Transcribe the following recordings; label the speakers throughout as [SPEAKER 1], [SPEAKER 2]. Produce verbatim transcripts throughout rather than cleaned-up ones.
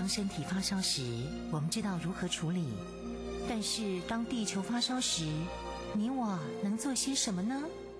[SPEAKER 1] 当身体发烧时，我们知道如何处理，但是当地球发烧时，你我能做些什么呢？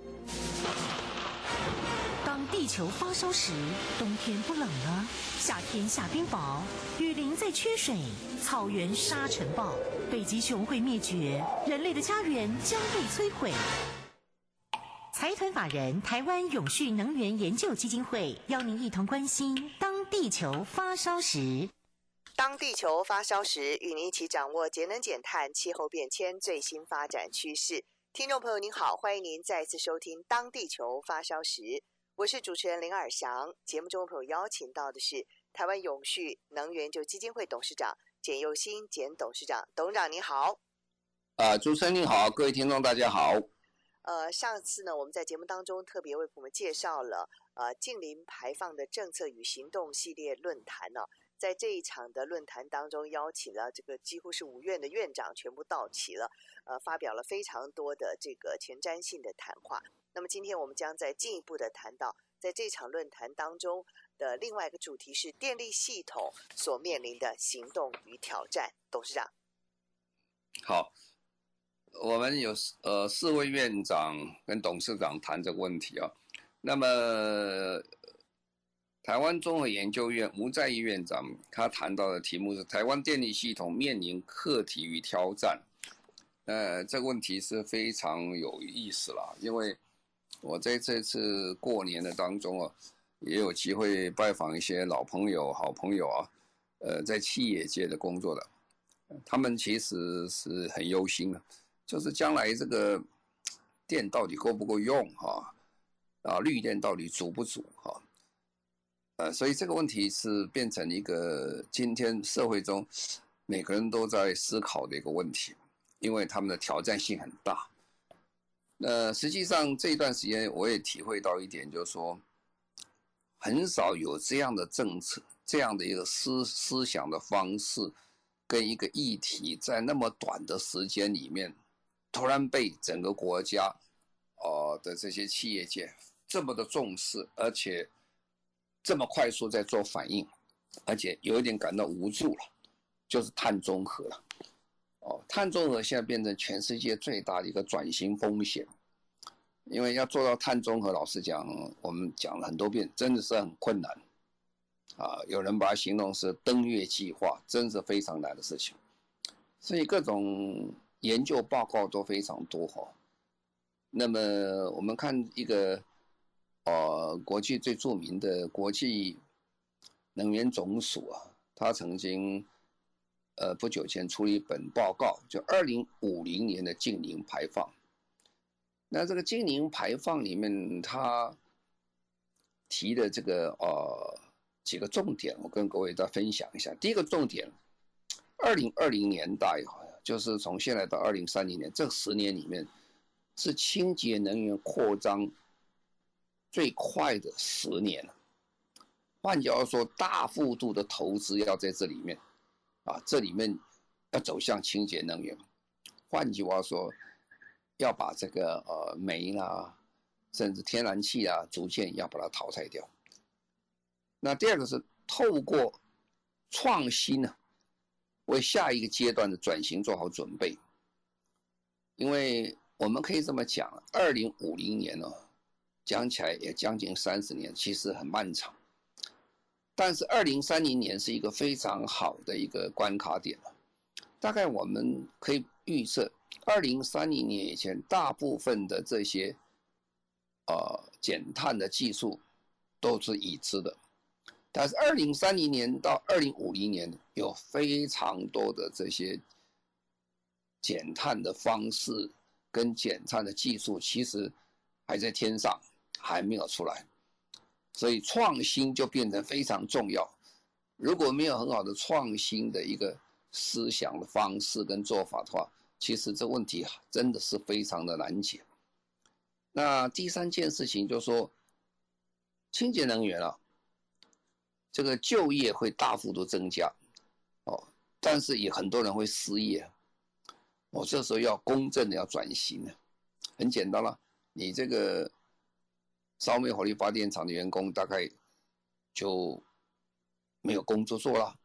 [SPEAKER 1] 当地球发烧时，冬天不冷了，夏天下冰雹，雨林在缺水，草原沙尘暴，北极熊会灭绝，人类的家园将被摧毁。财团法人台湾永续能源研究基金会邀您一同关心当地球发烧时。
[SPEAKER 2] 当地球发烧时，与您一起掌握节能减碳、气候变迁最新发展趋势。听众朋友您好，欢迎您再次收听《当地球发烧时》，我是主持人林尔翔。节目中的朋友邀请到的是台湾永续能源研究基金会董事长简佑新简董事长，董事长您好。
[SPEAKER 3] 啊，主持人您好，各位听众大家好。
[SPEAKER 2] 呃，上次呢，我们在节目当中特别为我们介绍了呃净零排放的政策与行动系列论坛呢、哦。在这一场的论坛当中，邀请了这个几乎是五院的院长全部到齐了，呃，发表了非常多的这个前瞻性的谈话。那么今天我们将再进一步的谈到，在这场论坛当中的另外一个主题是电力系统所面临的行动与挑战。董事长，
[SPEAKER 3] 好，我们有呃四位院长跟董事长谈这个问题啊。那么台湾综合研究院吴在义院长他谈到的题目是台湾电力系统面临课题与挑战。呃，这个问题是非常有意思啦，因为我在这次过年的当中啊，也有机会拜访一些老朋友、好朋友啊，呃，在企业界的工作的，他们其实是很忧心的，就是将来这个电到底够不够用哈、啊，啊，绿电到底足不足哈、啊？呃，所以这个问题是变成一个今天社会中每个人都在思考的一个问题，因为他们的挑战性很大。那实际上这一段时间我也体会到一点，就是说很少有这样的政策、这样的一个思思想的方式，跟一个议题在那么短的时间里面，突然被整个国家呃的这些企业界这么的重视，而且这么快速在做反应，而且有一点感到无助了，就是碳中和了。哦，碳中和现在变成全世界最大的一个转型风险，因为要做到碳中和，老实讲，我们讲了很多遍，真的是很困难啊。有人把它形容是登月计划，真是非常难的事情。所以各种研究报告都非常多哈。那么我们看一个。呃，国际最著名的国际能源总署啊，他曾经呃不久前出了一本报告，就二零五零年的净零排放。那这个净零排放里面，他提的这个呃几个重点，我跟各位再分享一下。第一个重点，二零二零年代，就是从现在到二零三零年这十年里面，是清洁能源扩张最快的十年了。换句话说，大幅度的投资要在这里面啊，这里面要走向清洁能源。换句话说，要把这个呃煤啦，甚至天然气啊，逐渐要把它淘汰掉。那第二个是透过创新呢，为下一个阶段的转型做好准备。因为我们可以这么讲，二零五零年呢、哦。讲起来也将近三十年，其实很漫长。但是二零三零年是一个非常好的一个关卡点了。大概我们可以预测，二零三零年以前，大部分的这些呃减碳的技术都是已知的。但是二零三零年到二零五零年，有非常多的这些减碳的方式跟减碳的技术，其实还在天上。还没有出来，所以创新就变得非常重要。如果没有很好的创新的一个思想的方式跟做法的话，其实这问题真的是非常的难解。那第三件事情就是说，清洁能源啊，这个就业会大幅度增加哦，但是也很多人会失业。我、哦、这时候要公正的要转型了，很简单了，你这个。烧煤火力发电厂的员工大概就没有工作做了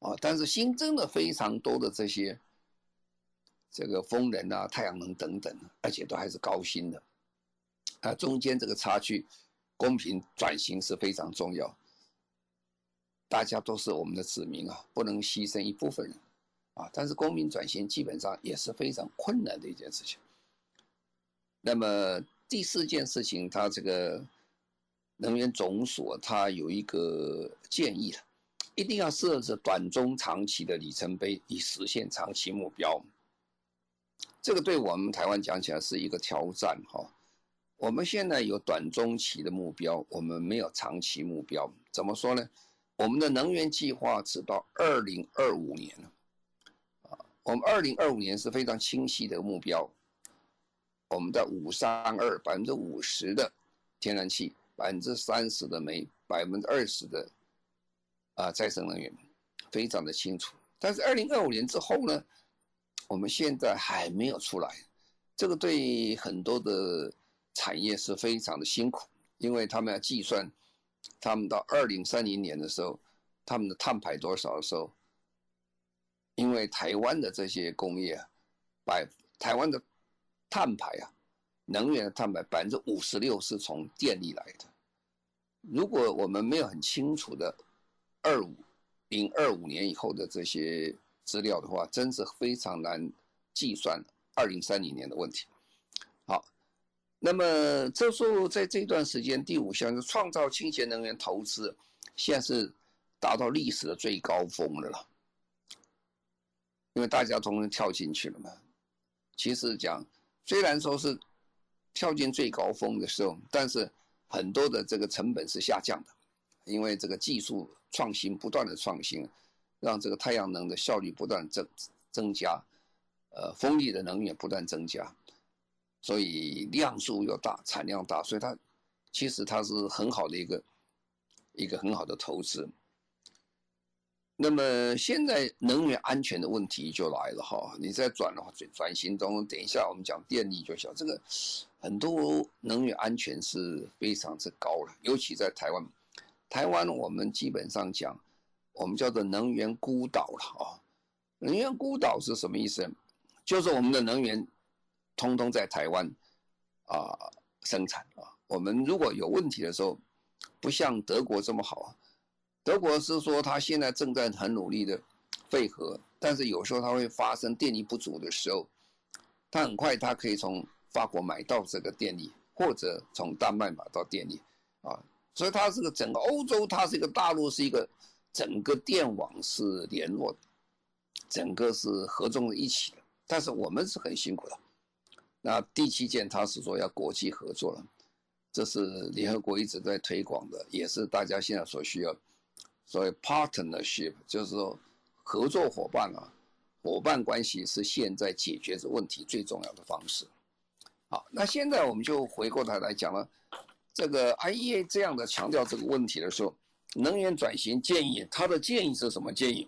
[SPEAKER 3] 啊，但是新增了非常多的这些这个风能啊、太阳能等等，而且都还是高薪的，啊，中间这个差距，公平转型是非常重要。大家都是我们的子民啊，不能牺牲一部分人啊。但是公民转型基本上也是非常困难的一件事情。那么第四件事情，它这个能源总署它有一个建议了，一定要设置短中长期的里程碑，以实现长期目标。这个对我们台湾讲起来是一个挑战哈。我们现在有短中期的目标，我们没有长期目标。怎么说呢？我们的能源计划直到二零二五年了，啊，我们二零二五年是非常清晰的目标。我们的五三二百分之五十的天然气，百分之三十的煤，百分之二十的啊再生能源，非常的清楚。但是二零二五年之后呢，我们现在还没有出来，这个对很多的产业是非常的辛苦，因为他们要计算。他们到二零三零年的时候，他们的碳排多少的时候，因为台湾的这些工业啊，百台湾的碳排啊，能源的碳排百分之五十六是从电力来的。如果我们没有很清楚的二五零二五年以后的这些资料的话，真是非常难计算二零三零年的问题。好。那么这时候在这段时间，第五项是创造清洁能源投资，现在是达到历史的最高峰了啦。因为大家都跳进去了嘛。其实讲，虽然说是跳进最高峰的时候，但是很多的这个成本是下降的，因为这个技术创新不断的创新，让这个太阳能的效率不断增增加，呃，风力的能源不断增加。所以量数又大，产量大，所以它其实它是很好的一个一个很好的投资。那么现在能源安全的问题就来了哈，你在转的话，转型中，等一下我们讲电力就晓，这个很多能源安全是非常之高了，尤其在台湾。台湾我们基本上讲，我们叫做能源孤岛了啊。能源孤岛是什么意思？就是我们的能源通通在台湾啊生产啊。我们如果有问题的时候，不像德国这么好啊。德国是说他现在正在很努力的废核，但是有时候它会发生电力不足的时候，它很快它可以从法国买到这个电力，或者从丹麦买到电力啊。所以它这个整个欧洲，它是一个大陆，是一个整个电网是联络的，整个是合纵在一起的。但是我们是很辛苦的。那第七件，它是说要国际合作了，这是联合国一直在推广的，也是大家现在所需要。所谓 partnership 就是说合作伙伴啊，伙伴关系是现在解决这问题最重要的方式。好，那现在我们就回过头来讲了，这个 I E A 这样的强调这个问题的时候，能源转型建议，他的建议是什么建议？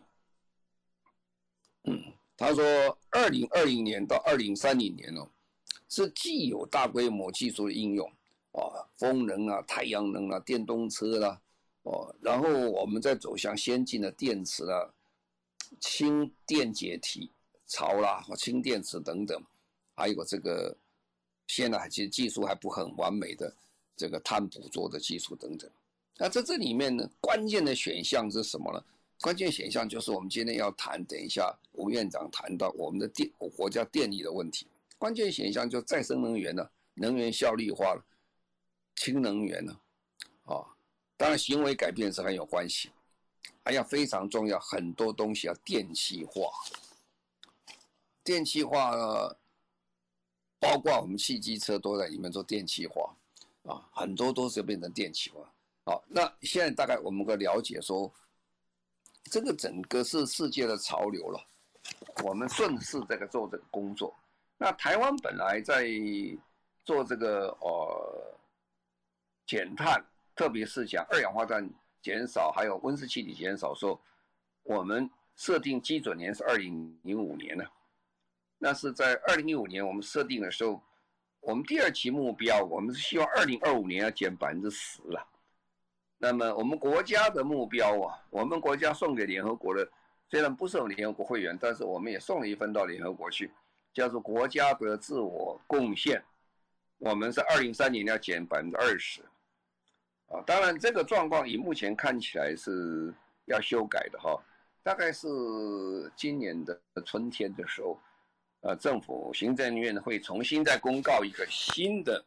[SPEAKER 3] 嗯，他说二零二零年到二零三零年哦，是既有大规模技术的应用啊，风能啊、太阳能啊、电动车啦、啊。哦，然后我们再走向先进的电池啦、氢电解体槽啦、氢电池等等，还有这个现在其实技术还不很完美的这个碳捕捉的技术等等。那在这里面呢，关键的选项是什么呢？关键选项就是我们今天要谈，等一下吴院长谈到我们的电国家电力的问题。关键选项就再生能源呢、啊，能源效率化了，氢能源呢、啊，啊。当然，行为改变是很有关系，还要非常重要，很多东西要电气化。电气化呢，包括我们汽机车都在里面做电气化啊，很多都是变成电气化。好，那现在大概我们可以了解说，这个整个是世界的潮流了，我们顺势这个做这个工作。那台湾本来在做这个呃减碳。特别是讲二氧化碳减少，还有温室气体减少的时候，我们设定基准年是二零零五年呢。那是在二零一五年我们设定的时候，我们第二期目标，我们是希望二零二五年要减百分之十了。那么我们国家的目标啊，我们国家送给联合国的虽然不是我们联合国会员，但是我们也送了一份到联合国去，叫做国家的自我贡献。我们是二零三零年要减百分之二十，啊，当然这个状况以目前看起来是要修改的哈，大概是今年的春天的时候，呃，政府行政院会重新再公告一个新的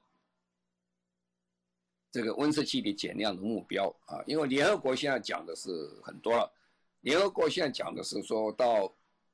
[SPEAKER 3] 这个温室气体减量的目标啊，因为联合国现在讲的是很多了，联合国现在讲的是说到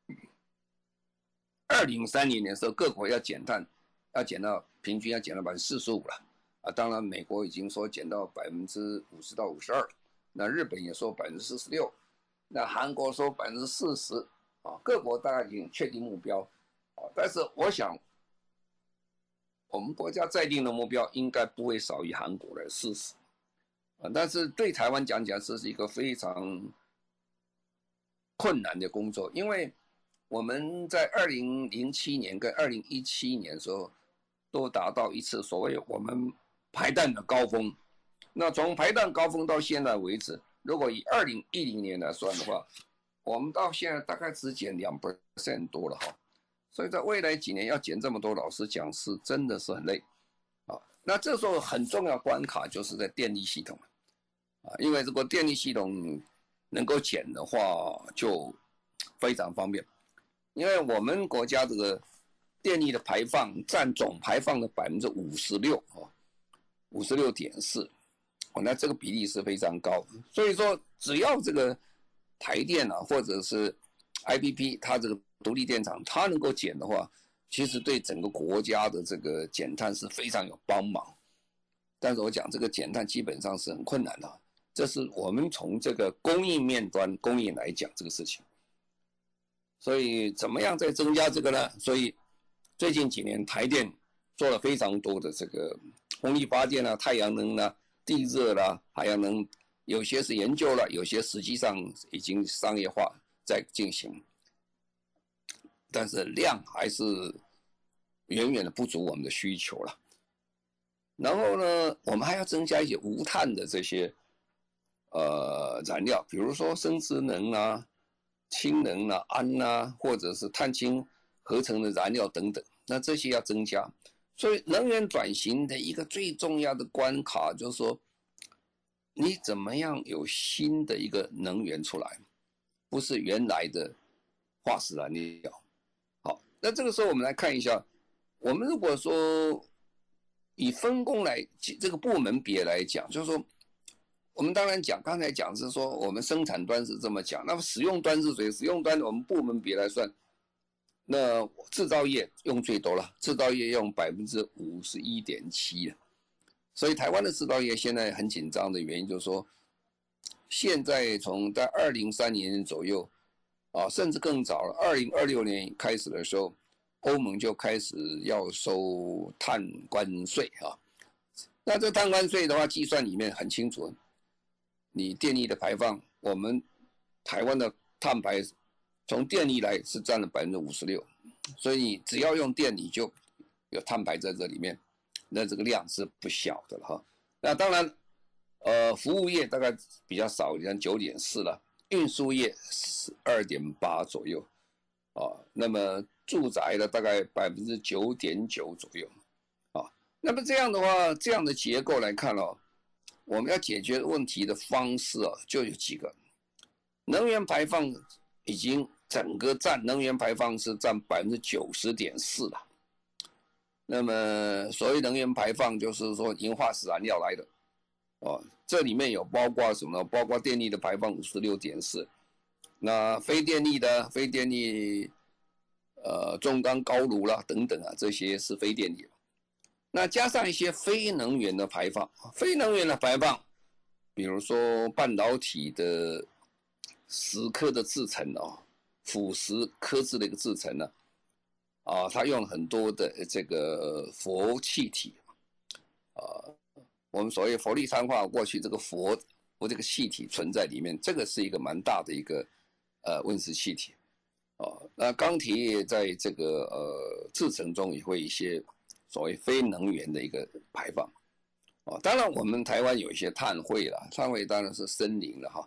[SPEAKER 3] 二零三零年的时候，各国要减碳，要减到平均要减到百分之四十五了啊，当然美国已经说减到百分之五十到五十二，那日本也说百分之四十六，那韩国说百分之四十啊，各国大概已经确定目标啊，但是我想。我们国家在定的目标应该不会少于韩国的四十，啊，但是对台湾讲讲，这是一个非常困难的工作，因为我们在二零零七年跟二零一七年的时候都达到一次所谓我们排碳的高峰，那从排碳高峰到现在为止，如果以二零一零年来算的话，我们到现在大概只减两 percent 多了哈。所以在未来几年要减这么多，老师讲是真的是很累啊。那这时候很重要关卡就是在电力系统啊，因为如果电力系统能够减的话，就非常方便。因为我们国家这个电力的排放占总排放的百分之五十六啊，五十六点四，那这个比例是非常高。所以说，只要这个台电啊，或者是 I P P 它这个独立电厂，它能够减的话，其实对整个国家的这个减碳是非常有帮忙。但是我讲这个减碳基本上是很困难的，这是我们从这个供应面端供应来讲这个事情。所以怎么样再增加这个呢？所以最近几年台电做了非常多的这个风力发电啊、太阳能啊、地热啦、海洋能，有些是研究了，有些实际上已经商业化在进行。但是量还是远远的不足我们的需求了。然后呢，我们还要增加一些无碳的这些呃燃料，比如说生质能啊、氢能啊、氨啊，或者是碳氢合成的燃料等等。那这些要增加。所以能源转型的一个最重要的关卡就是说，你怎么样有新的一个能源出来，不是原来的化石燃料。那这个时候我们来看一下，我们如果说以分工来这个部门别来讲，就是说我们当然讲刚才讲是说我们生产端是这么讲，那么使用端是谁？使用端我们部门别来算，那制造业用最多了，制造业用百分之五十一点七，所以台湾的制造业现在很紧张的原因就是说，现在从在二零三零年左右。啊，甚至更早了，二零二六年开始的时候，欧盟就开始要收碳关税啊。那这碳关税的话，计算里面很清楚，你电力的排放，我们台湾的碳排从电力来是占了百分之五十六，所以你只要用电，你就有碳排在这里面，那这个量是不小的了哈。那当然，呃，服务业大概比较少，像九点四了。运输业是 二点八 左右啊，那么住宅的大概 百分之九点九 左右啊。那么这样的话，这样的结构来看哦，我们要解决问题的方式啊，就有几个。能源排放已经整个占能源排放是占 百分之九十点四 了。那么所谓能源排放就是说因化石燃料来的哦，这里面有包括什么呢？包括电力的排放 五十六点四， 那非电力的非电力呃中钢高炉啦等等啊，这些是非电力。那加上一些非能源的排放，非能源的排放，比如说半导体的蚀刻的制程哦，腐蚀刻制的一个制程呢，啊，它用很多的这个氟气体啊。我们所谓氟利酸化，过去这个氟氟这个气体存在里面，这个是一个蛮大的一个呃温室气体哦。那钢铁业在这个呃制程中也会一些所谓非能源的一个排放哦。当然，我们台湾有一些碳汇啦，碳汇当然是森林了哈。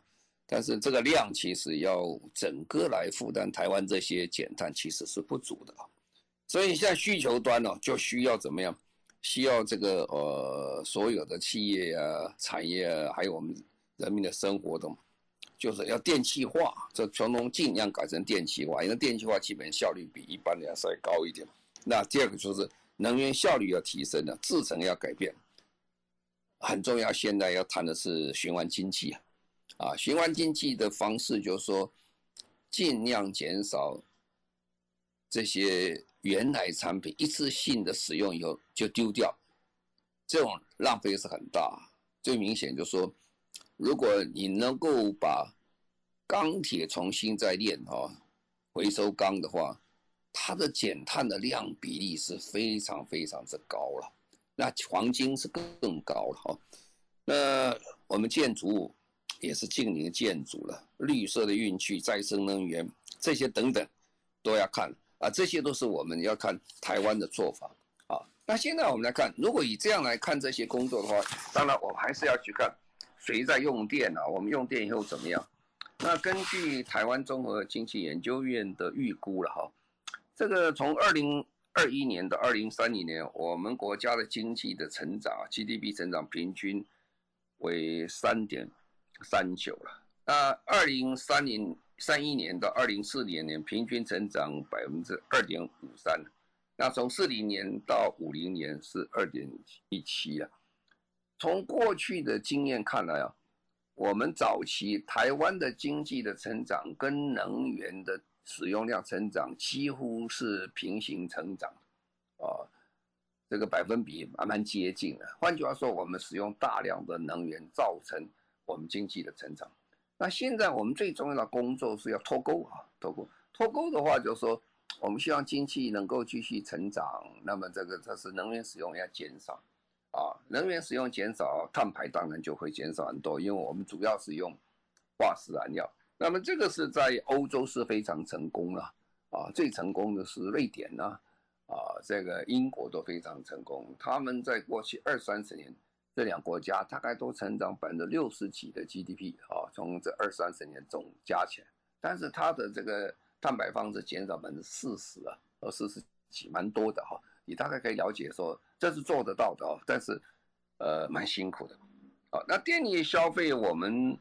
[SPEAKER 3] 但是这个量其实要整个来负担台湾这些减碳其实是不足的，所以现在需求端呢、哦、就需要怎么样？需要这个呃所有的企业啊、产业啊，还有我们人民的生活的，就是要电气化，这全都尽量改成电气化，因为电气化基本效率比一般的要稍微高一点。那第二个就是能源效率要提升了，制程要改变，很重要。现在要谈的是循环经济啊。啊，循环经济的方式就是说，尽量减少这些原来产品一次性的使用以后就丢掉，这种浪费是很大。最明显就是说，如果你能够把钢铁重新再炼哦，回收钢的话，它的减碳的量比例是非常非常之高了。那黄金是更高了哦。那我们建筑物也是近邻建筑了，绿色的运具、再生能源这些等等都要看啊，这些都是我们要看台湾的做法啊。那现在我们来看，如果以这样来看这些工作的话，当然我们还是要去看谁在用电啊，我们用电以后怎么样？那根据台湾综合经济研究院的预估了哈，这个从二零二一年到二零三零年，我们国家的经济的成长 G D P 成长平均为三点三九了。那二零三零三一年到二零四零年平均成长百分之二点五三，那从四零年到五零年是二点一七啊。从过去的经验看来啊，我们早期台湾的经济的成长跟能源的使用量成长几乎是平行成长啊，这个百分比蛮蛮接近的。换句话说，我们使用大量的能源造成我们经济的成长。那现在我们最重要的工作是要脱钩啊，脱钩。脱钩的话，就是说我们希望经济能够继续成长，那么这个这是能源使用要减少啊，能源使用减少，碳排当然就会减少很多，因为我们主要是用化石燃料。那么这个是在欧洲是非常成功了啊，最成功的是瑞典呐、啊，啊，这个英国都非常成功，他们在过去二三十年。这两国家大概都成长百分之六十几的 G D P 啊，从这二三十年总加起来，但是它的这个碳排放是减少百分之四十啊，呃四十几，蛮多的哈。你大概可以了解说，这是做得到的哦，但是呃蛮辛苦的。好，那电力消费我们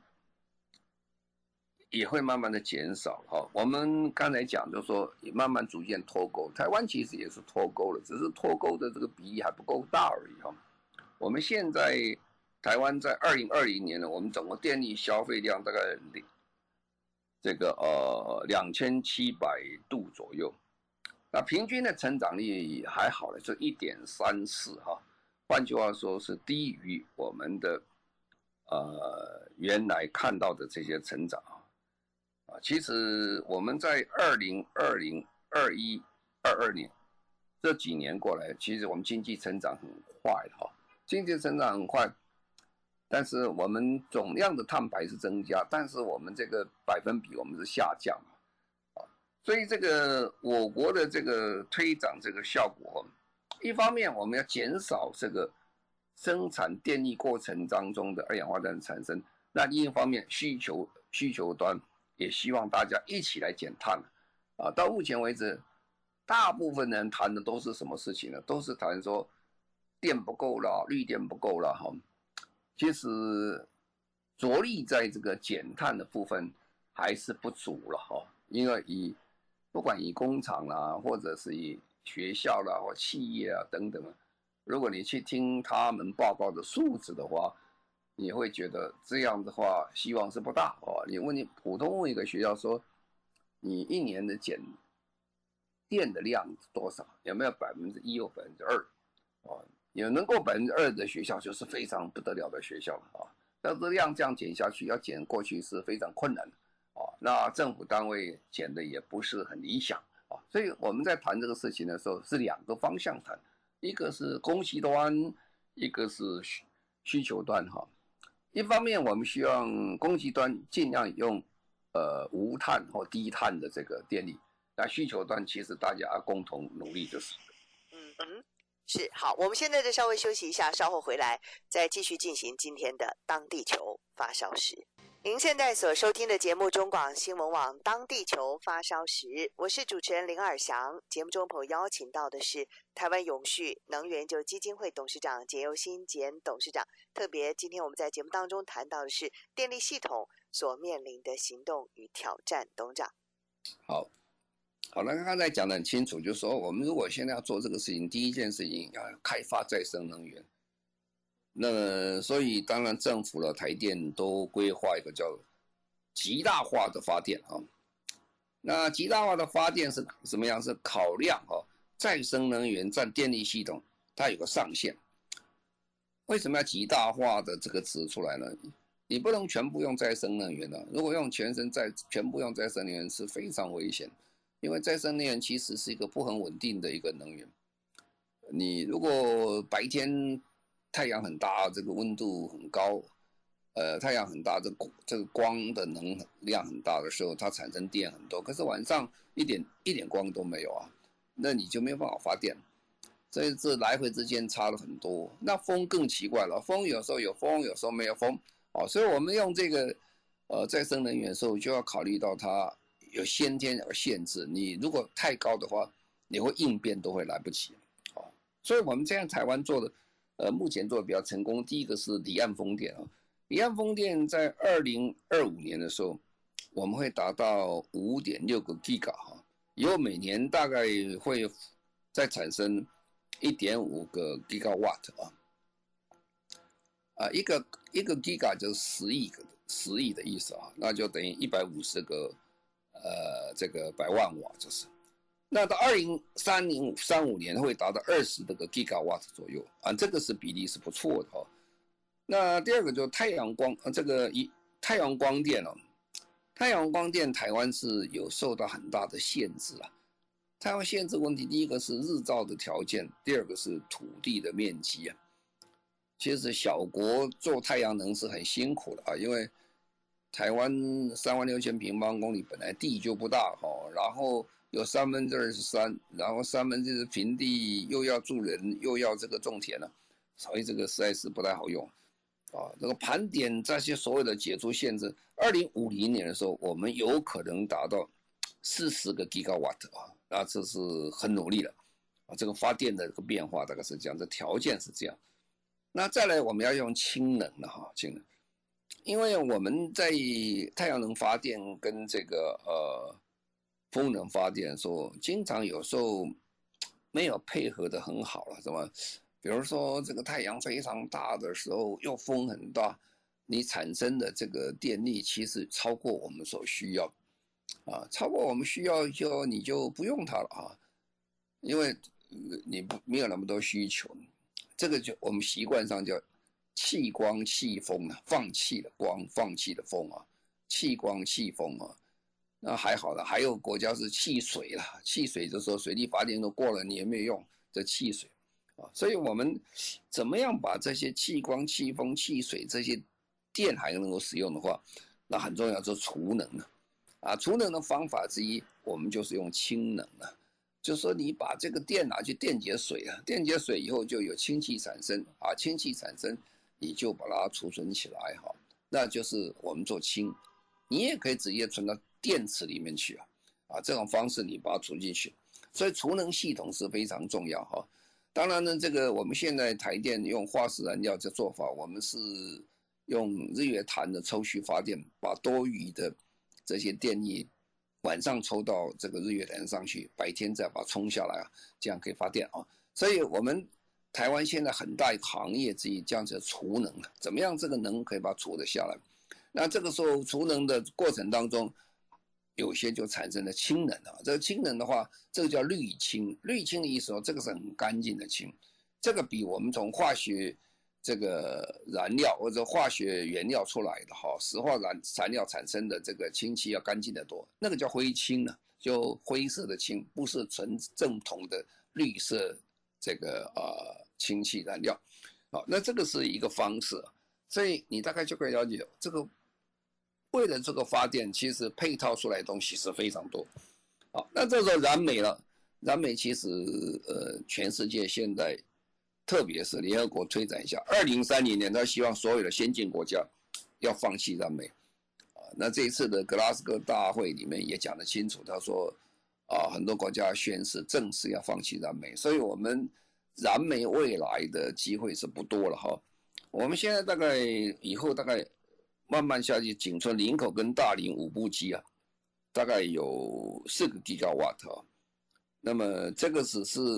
[SPEAKER 3] 也会慢慢的减少哈。我们刚才讲就是说，也慢慢逐渐脱钩，台湾其实也是脱钩了，只是脱钩的这个比例还不够大而已哈。我们现在台湾在二零二零年呢，我们整个电力消费量大概这个呃两千七百度左右，那平均的成长率还好了，就一点三四哈。换句话说，是低于我们的呃原来看到的这些成长啊。其实我们在二零二零、二一、二二年这几年过来，其实我们经济成长很快哈。经济成长很快，但是我们总量的碳排是增加，但是我们这个百分比我们是下降啊，所以这个我国的这个推展这个效果，一方面我们要减少这个生产电力过程当中的二氧化碳产生，那另一方面需求需求端也希望大家一起来减碳啊。到目前为止，大部分人谈的都是什么事情呢？都是谈说。电不够了，绿电不够了哈。其实着力在这个减碳的部分还是不足了哈。因为以不管以工厂啦，或者是以学校啦或企业啊等等，如果你去听他们报告的数字的话，你会觉得这样的话希望是不大哦。你问你普通问一个学校说，你一年的减电的量多少？有没有百分之一或百分之二？哦。也能够百分之二的学校就是非常不得了的学校了啊！但是量这样减下去，要减过去是非常困难的啊。那政府单位减的也不是很理想啊，所以我们在谈这个事情的时候是两个方向谈，一个是供给端，一个是需求端哈。一方面我们希望供给端尽量用呃无碳或低碳的这个电力，那需求端其实大家共同努力就是。
[SPEAKER 2] 嗯嗯。是，好，我们现在就稍微休息一下，稍后回来再继续进行今天的当地球发烧时。 您现在所收听的节目中广新闻网《当地球发烧时》，我是主持人林尔翔。节目中朋友邀请到的是台湾永续能源就基金会董事长简又新简董事长。特别今天我们在节目当中谈到的是电力系统所面临的行动与挑战。董事长，
[SPEAKER 3] 好，好了，刚才讲得很清楚，就是说我们如果现在要做这个事情，第一件事情要开发再生能源。那么，所以当然政府的台电都规划一个叫极大化的发电啊。那极大化的发电是什么样？是考量啊再生能源占电力系统它有个上限。为什么要极大化的这个词出来呢？你不能全部用再生能源的、啊，如果用全身再全部用再生能源是非常危险，因为再生能源其实是一个不很稳定的一个能源。你如果白天太阳很大，这个温度很高，呃，太阳很大，这这个光的能量很大的时候，它产生电很多。可是晚上一点一点光都没有啊，那你就没有办法发电。所以这来回之间差了很多。那风更奇怪了，风有时候有风，有时候没有风，哦，所以我们用这个呃再生能源的时候，就要考虑到它有先天有限制。你如果太高的话，你会应变都会来不及。哦，所以我们这样台湾做的。呃，目前做的比较成功，第一个是离岸风电啊，离岸风电在二零二五年的时候，我们会达到五点六个 Giga 哈，以后每年大概会再产生一点五个 Gigawatt 啊，啊，一个一个 Giga 就是十亿个十亿的意思啊，那就等于一百五十个呃这个百万瓦就是。那到二零三零三五年会达到二十这个 gigawatt 左右啊，这个是比例是不错的哦。那第二个就是太阳光，这个一太阳光电哦，太阳光电台湾是有受到很大的限制啊。太阳限制问题，第一个是日照的条件，第二个是土地的面积啊。其实小国做太阳能是很辛苦的啊，因为台湾三万六千平方公里本来地就不大哈，然后有三分之二十三，然后三分之一平地又要住人，又要这个种田了，所以这个实在是不太好用啊。这个盘点这些所有的解除限制，二零五零年的时候，我们有可能达到四十个 gigawatt 啊，那这是很努力了啊。这个发电的这个变化大概是这样，这条件是这样。那再来，我们要用氢能了哈，氢能，因为我们在太阳能发电跟这个呃。风能发电的时候，经常有时候没有配合的很好了，是吧？比如说这个太阳非常大的时候，又风很大，你产生的这个电力其实超过我们所需要，啊，超过我们需要就你就不用它了啊，因为你不没有那么多需求，这个就我们习惯上叫弃光弃风啊，放弃了光，放弃了风啊，弃光弃风啊。那还好了，还有国家是弃水了，弃水的时候水力发电都过了，你也没有用这弃水啊。所以我们怎么样把这些弃光、弃风、弃水这些电还能够使用的话，那很重要，就是储能了啊。储能的方法之一，我们就是用氢能了，就是说你把这个电拿去电解水啊，电解水以后就有氢气产生啊，氢气产生你就把它储存起来哈，那就是我们做氢。你也可以直接存到电池里面去啊，啊，这种方式你把它储进去，所以储能系统是非常重要哈。当然呢，这个我们现在台电用化石燃料这做法，我们是用日月潭的抽蓄发电，把多余的这些电力晚上抽到这个日月潭上去，白天再把它冲下来啊，这样可以发电啊。所以我们台湾现在很大一个行业之一，这样子储能，怎么样这个能可以把它储得下来？那这个时候储能的过程当中，有些就产生了氢能啊。这个氢能的话，这个叫氯氢。氯氢的意思说，这个是很干净的氢，这个比我们从化学这个燃料或者化学原料出来的哈，石化燃材料产生的这个氢气要干净得多。那个叫灰氢呢，就灰色的氢，不是纯正统的绿色这个呃氢气燃料。好，那这个是一个方式，所以你大概就可以了解这个。为了这个发电，其实配套出来的东西是非常多。好，那这时候燃煤了，燃煤其实呃，全世界现在，特别是联合国推展一下，二零三零年，他希望所有的先进国家要放弃燃煤， 那这一次的格拉斯哥大会里面也讲得清楚，他说啊，很多国家宣誓正式要放弃燃煤，所以我们燃煤未来的机会是不多了哈。我们现在大概以后大概慢慢下去，仅存林口跟大林五部机啊，大概有四个 gigawatt 啊。那么这个只是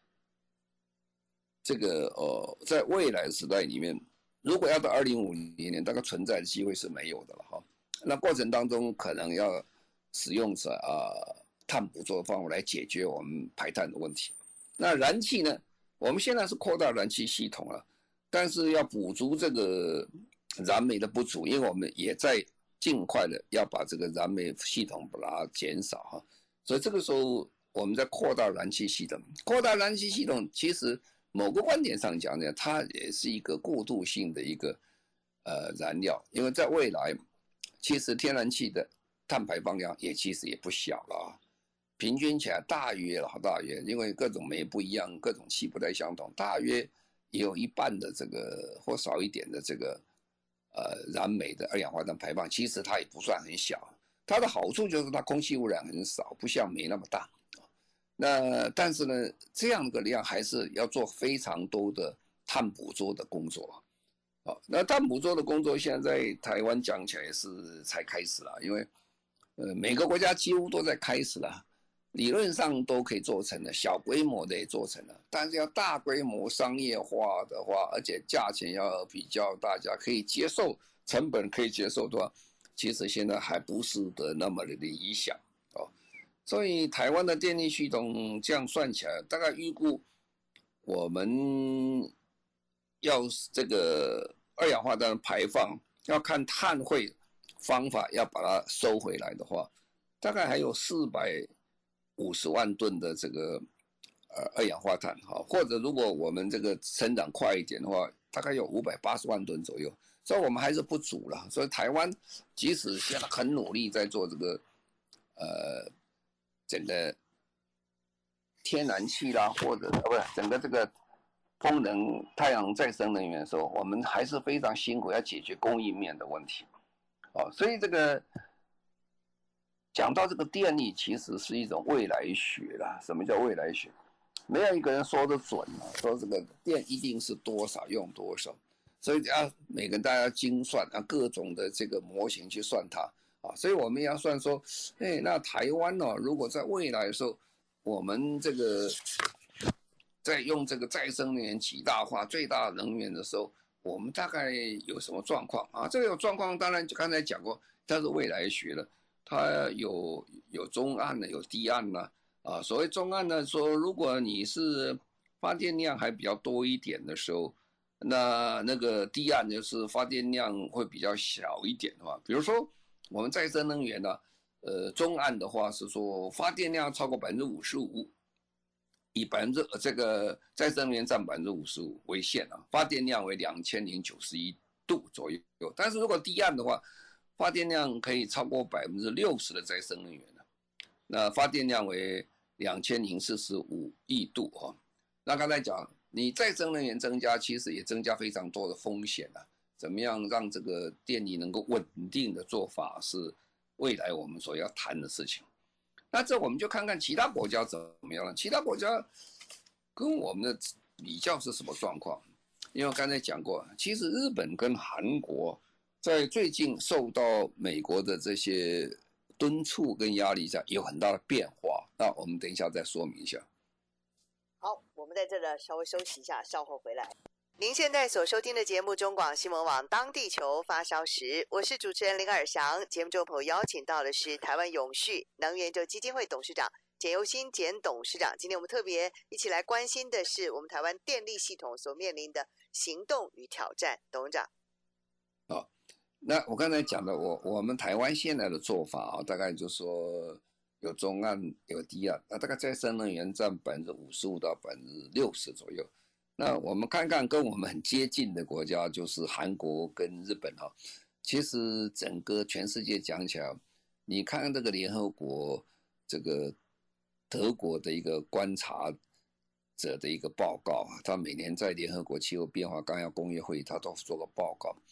[SPEAKER 3] 这个呃，在未来的时代里面，如果要到二零五零年，大概存在的机会是没有的了哈。那过程当中可能要使用者啊、呃、碳捕捉的方法来解决我们排碳的问题。那燃气呢？我们现在是扩大燃气系统了，但是要补足这个燃煤的不足，因为我们也在尽快的要把这个燃煤系统把它减少哈。所以这个时候我们在扩大燃气系统，扩大燃气系统其实某个观点上讲呢，它也是一个过渡性的一个呃燃料，因为在未来其实天然气的碳排放量也其实也不小了啊。平均起来大约了，大约，因为各种煤不一样，各种气不太相同，大约也有一半的这个或少一点的这个呃燃煤的二氧化碳排放，其实它也不算很小。它的好处就是它空气污染很少，不像煤那么大。那但是呢，这样的量还是要做非常多的碳捕捉的工作。好，那碳捕捉的工作现在在台湾讲起来是才开始了，因为呃每个国家几乎都在开始了。理论上都可以做成的，小规模的也做成了，但是要大规模商业化的话，而且价钱要比较大家可以接受，成本可以接受的话，其实现在还不是的那么的理想哦。所以台湾的电力系统这样算起来，大概预估我们要这个二氧化碳排放要看碳汇方法要把它收回来的话，大概还有四百五十万吨的这个呃二氧化碳哈，或者如果我们这个成长快一点的话，大概有五百八十万吨左右，所以我们还是不足了。所以台湾即使现在很努力在做这个呃整个天然气啦，或者呃不是整个这个风能、太阳再生能源的时候，我们还是非常辛苦，要解决供应面的问题。哦，所以这个。讲到这个电力，其实是一种未来学啦。什么叫未来学？没有一个人说得准啊，说这个电一定是多少用多少，所以要每个人大家精算啊，各种的这个模型去算它啊。所以我们要算说，哎，那台湾哦，如果在未来的时候，我们这个在用这个再生能源极大化、最大能源的时候，我们大概有什么状况啊？这个有状况，当然就刚才讲过，它是未来学了。它有有中岸的，有低岸的啊。所谓中岸呢，说如果你是发电量还比较多一点的时候，那那个低岸就是发电量会比较小一点的话，比如说我们再生能源呢，呃，中岸的话是说发电量超过百分之五十五，以百分之这个再生能源占百分之五十五为限啊，发电量为两千零九十一度左右。但是如果低岸的话，发电量可以超过百分之六十的再生能源了，那发电量为两千零四十五亿度哈。那刚才讲，你再生能源增加，其实也增加非常多的风险啊。怎么样让这个电力能够稳定的做法，是未来我们所要谈的事情。那这我们就看看其他国家怎么样了。其他国家跟我们的比较是什么状况？因为我刚才讲过，其实日本跟韩国。在最近受到美国的这些敦促跟压力下，有很大的变化。那我们等一下再说明一下。
[SPEAKER 2] 好，我们在这里稍微休息一下，稍后回来。您现在所收听的节目中广新闻网《当地球发烧时》，我是主持人林尔翔。节目中朋友邀请到的是台湾永续能源基金会董事长简又新简董事长。今天我们特别一起来关心的是我们台湾电力系统所面临的行动与挑战。董事长。
[SPEAKER 3] 好。那我刚才讲的，我我们台湾现在的做法啊，大概就是说有中岸有低岸，那大概再生能源占百分之五十五到百分之六十左右。那我们看看跟我们很接近的国家，就是韩国跟日本哈。其实整个全世界讲起来，你看看这个联合国这个德国的一个观察者的一个报告啊，他每年在联合国气候变化纲要公约会议，他都做个报告。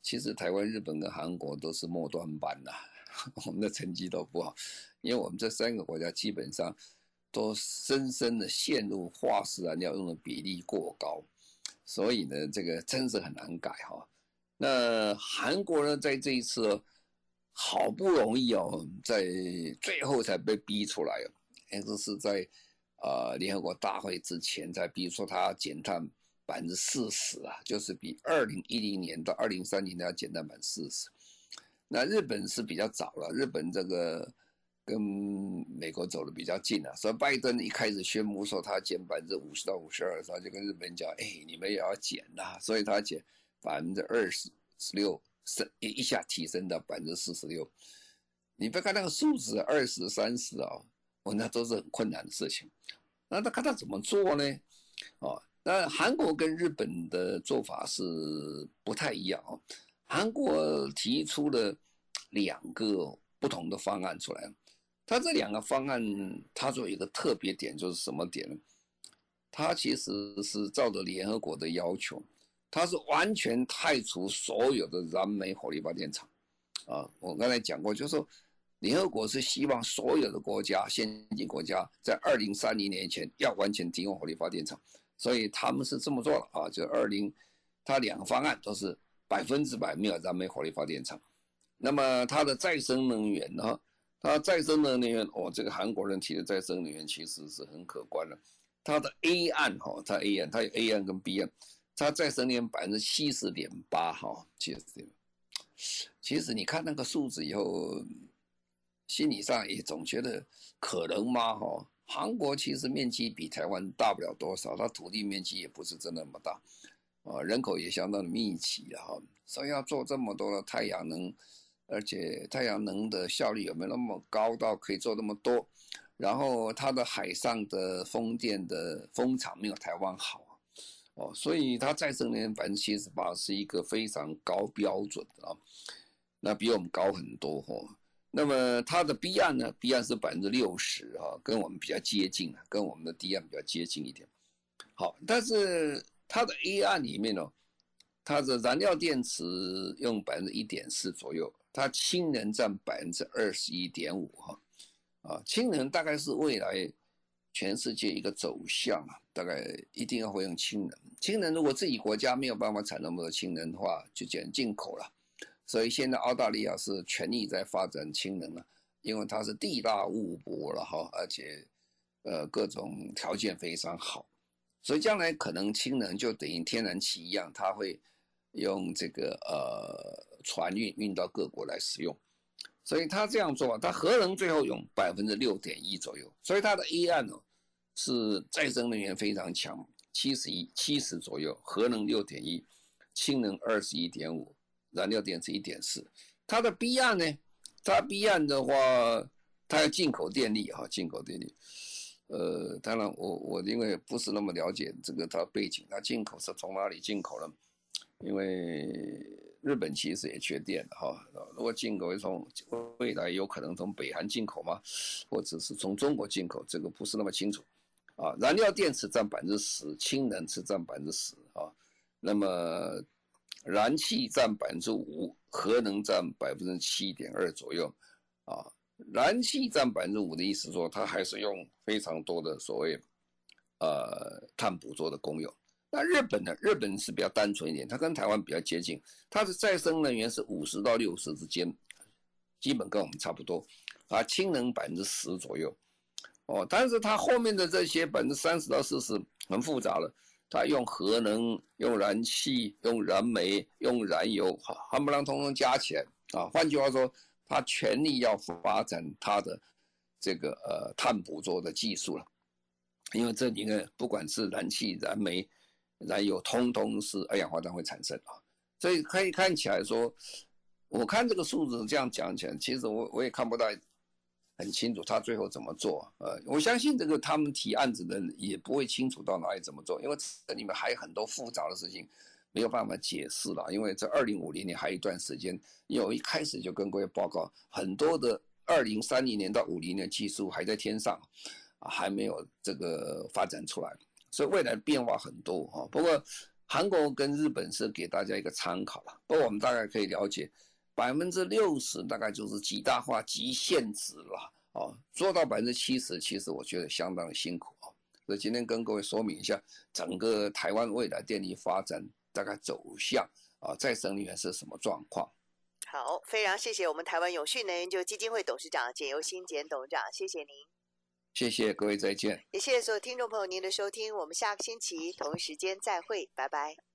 [SPEAKER 3] 其实台湾、日本跟韩国都是末端班呐、啊，我们的成绩都不好，因为我们这三个国家基本上都深深的陷入化石燃料用的比例过高，所以呢，这个真是很难改哈。那韩国呢，在这一次、哦、好不容易哦，在最后才被逼出来哦，也就是在呃联合国大会之前才逼出他减碳百分之四十啊，就是比二零一零年到二零三零年要减碳百分之四十。那日本是比较早了，日本这个跟美国走的比较近啊，所以拜登一开始宣布说他减百分之五十到五十二，他就跟日本人讲，哎，你们也要减呐、啊，所以他减百分之二十六，一下提升到百分之四十六。你别看那个数字二十、三十啊，哦，那都是很困难的事情。那他看他怎么做呢？哦。那韩国跟日本的做法是不太一样哦。韩国提出了两个不同的方案出来，它这两个方案它就有一个特别点，就是什么点呢？它其实是照着联合国的要求，它是完全汰除所有的燃煤火力发电厂啊。我刚才讲过，就是说联合国是希望所有的国家、先进国家在二零三零年前要完全停用火力发电厂。所以他们是这么做了啊，就二零，它两个方案都是百分之百没有燃煤火力发电厂。那么它的再生能源呢？它再生能源，哦，这个韩国人提的再生能源其实是很可观的。它的 A 案哈、哦，它 A 案，它有 A 案跟 B 案，它再生能源百分之七十点八哈，其实其实你看那个数字以后，心理上也总觉得可能吗？哈、哦。韩国其实面积比台湾大不了多少，它土地面积也不是真的那么大，啊，人口也相当的密集啊，所以要做这么多的太阳能，而且太阳能的效率有没有那么高到可以做那么多？然后它的海上的风电的风场没有台湾好，哦，所以它再生能源百分之七十八是一个非常高标准的啊，那比我们高很多哦。那么它的 B 案呢 ？B 案是百分之六十啊，跟我们比较接近啊，跟我们的 D 案比较接近一点。好，但是它的 A 案里面呢、哦，它的燃料电池用百分之一点四左右，它氢能占百分之二十一点五哈，啊，氢能大概是未来全世界一个走向啊，大概一定要会用氢能。氢能如果自己国家没有办法产那么多氢能的话，就只能进口了。所以现在澳大利亚是全力在发展氢能了，因为它是地大物博了哈，而且呃各种条件非常好，所以将来可能氢能就等于天然气一样，它会用这个呃船运运到各国来使用。所以它这样做，它核能最后用百分之六点一左右，所以它的 A 案呢、哦、是再生能源非常强，七十一七十左右，核能六点一，氢能二十一点五。燃料电池 一点四， 它的 B 案呢？它 B 案的话，它要进口电力哈，进口电力。呃，当然我我因为不是那么了解这个它背景，它进口是从哪里进口呢？因为日本其实也缺电哈，如果进口从未来有可能从北韩进口吗？或者是从中国进口，这个不是那么清楚啊。燃料电池占百分之十，氢能是占百分之十啊，那么。燃气占百分之五，核能占百分之七点二左右，啊，燃气占百分之五的意思说，它还是用非常多的所谓呃碳捕捉的功用。那日本呢？日本是比较单纯一点，它跟台湾比较接近，它的再生能源是五十到六十之间，基本跟我们差不多，啊，氢能百分之十左右，哦，但是它后面的这些百分之三十到四十很复杂了。它用核能、用燃气、用燃煤、用燃油，夯不啷通通加起来啊！换句话说，它全力要发展它的这个呃碳捕捉的技术了，因为这里呢，不管是燃气、燃煤、燃油，通通是二氧化碳会产生啊，所以可以看起来说，我看这个数字这样讲起来，其实我我也看不到。很清楚他最后怎么做，呃，我相信这个他们提案子的人也不会清楚到哪里怎么做，因为这里面还有很多复杂的事情没有办法解释了。因为这二零五零年还有一段时间，因为我一开始就跟各位报告，很多的二零三零年到五零年技术还在天上，啊，还没有这个发展出来，所以未来变化很多啊。不过韩国跟日本是给大家一个参考了，不过我们大概可以了解，百分之六十大概就是极大化、极限值了哦，做到百分之七十，其实我觉得相当的辛苦哦。所以今天跟各位说明一下，整个台湾未来电力发展大概走向啊，再生能源是什么状况。
[SPEAKER 2] 好，非常谢谢我们台湾永续能源研究基金会董事长简尤新简董事长，谢谢您。
[SPEAKER 3] 谢谢各位，再见。
[SPEAKER 2] 也谢谢所有听众朋友您的收听，我们下个星期同一时间再会，拜拜。